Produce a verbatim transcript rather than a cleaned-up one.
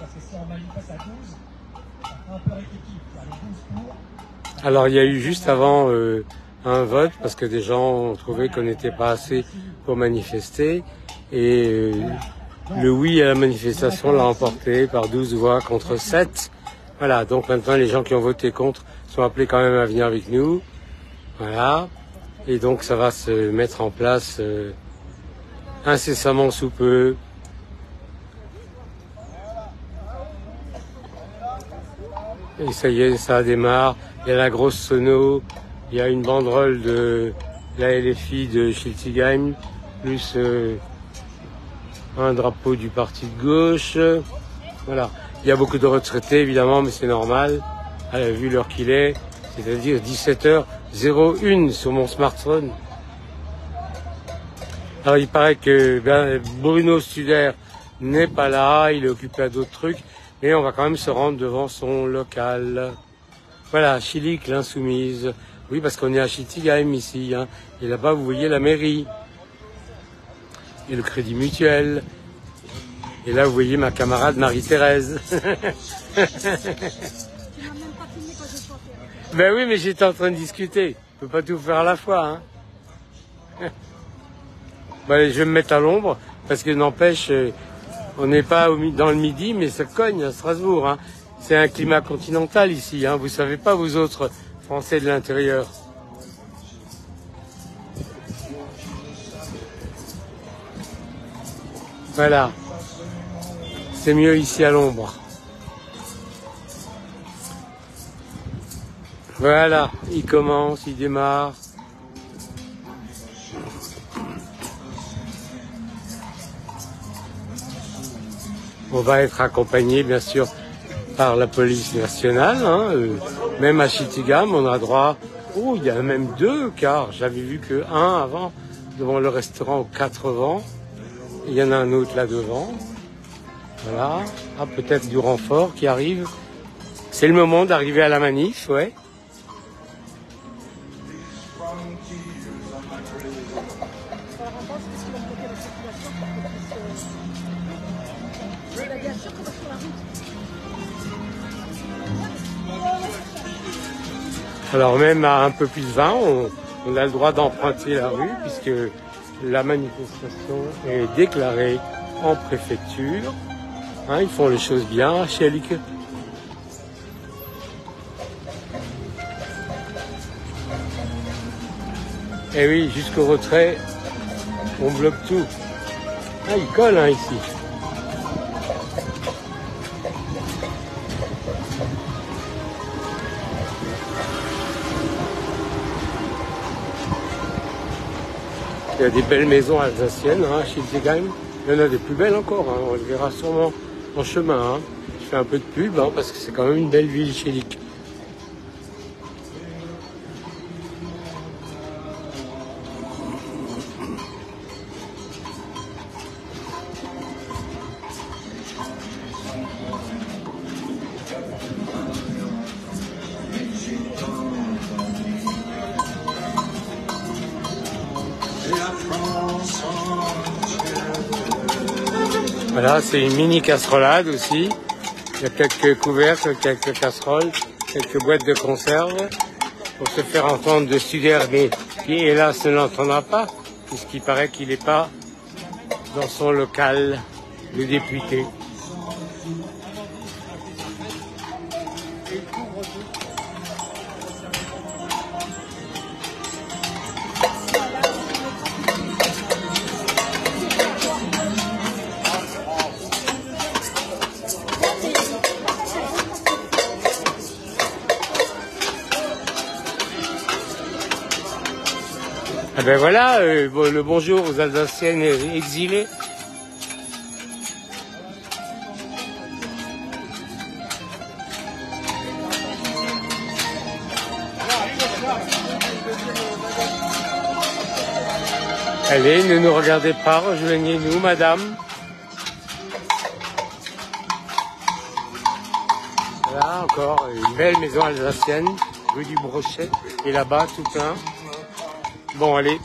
Alors il y a eu juste avant euh, un vote parce que des gens ont trouvé qu'on n'était pas assez pour manifester et euh, le oui à la manifestation l'a emporté par douze voix contre sept. Voilà, donc maintenant les gens qui ont voté contre sont appelés quand même à venir avec nous. Voilà, et donc ça va se mettre en place euh, incessamment sous peu. Et ça y est, ça démarre. Il y a la grosse sono, il y a une banderole de la L F I de Schiltigheim, plus euh, un drapeau du parti de gauche. Voilà. Il y a beaucoup de retraités, évidemment, mais c'est normal, à la vue l'heure qu'il est, c'est-à-dire dix-sept heures zéro un sur mon smartphone. Alors, il paraît que ben, Bruno Studer n'est pas là, il est occupé à d'autres trucs, mais on va quand même se rendre devant son local. Voilà, Schillig, l'insoumise. Oui, parce qu'on est à Schiltigheim ici, hein. Et là-bas, vous voyez la mairie. Et le Crédit Mutuel. Et là, vous voyez ma camarade Marie-Thérèse. Ben oui, mais j'étais en train de discuter. Je peux pas tout faire à la fois, hein. Bon, allez, je vais me mettre à l'ombre, parce que n'empêche, on n'est pas au, dans le midi, mais ça cogne à Strasbourg, hein. C'est un climat continental ici, hein. Vous savez pas, vous autres Français de l'intérieur. Voilà. C'est mieux ici à l'ombre. Voilà, il commence, il démarre. On va être accompagné, bien sûr, par la police nationale, hein, euh, même à Schiltigheim, on a droit, oh, il y a même deux, car j'avais vu que un avant, devant le restaurant aux Quatre Vents, il y en a un autre là devant, voilà, ah, peut-être du renfort qui arrive, c'est le moment d'arriver à la manif, ouais. Alors même à un peu plus de vingt, on, on a le droit d'emprunter la rue puisque la manifestation est déclarée en préfecture. Hein, ils font les choses bien chez Schillig. Et oui, jusqu'au retrait, on bloque tout. Ah, il colle hein, ici. Il y a des belles maisons alsaciennes, hein, à Schiltigheim. Il y en a des plus belles encore, hein. On le verra sûrement en chemin. Hein. Je fais un peu de pub, hein, parce que c'est quand même une belle ville, Schillig. Voilà, c'est une mini casserolade aussi. Il y a quelques couvercles, quelques casseroles, quelques boîtes de conserve pour se faire entendre de Studer, mais qui hélas ne l'entendra pas, puisqu'il paraît qu'il n'est pas dans son local de député. Ah ben voilà, euh, bon, le bonjour aux Alsaciennes exilées. Allez, ne nous regardez pas, rejoignez-nous, madame. Voilà, encore une belle maison alsacienne, rue du Brochet, et là-bas, tout plein. Bon, allez.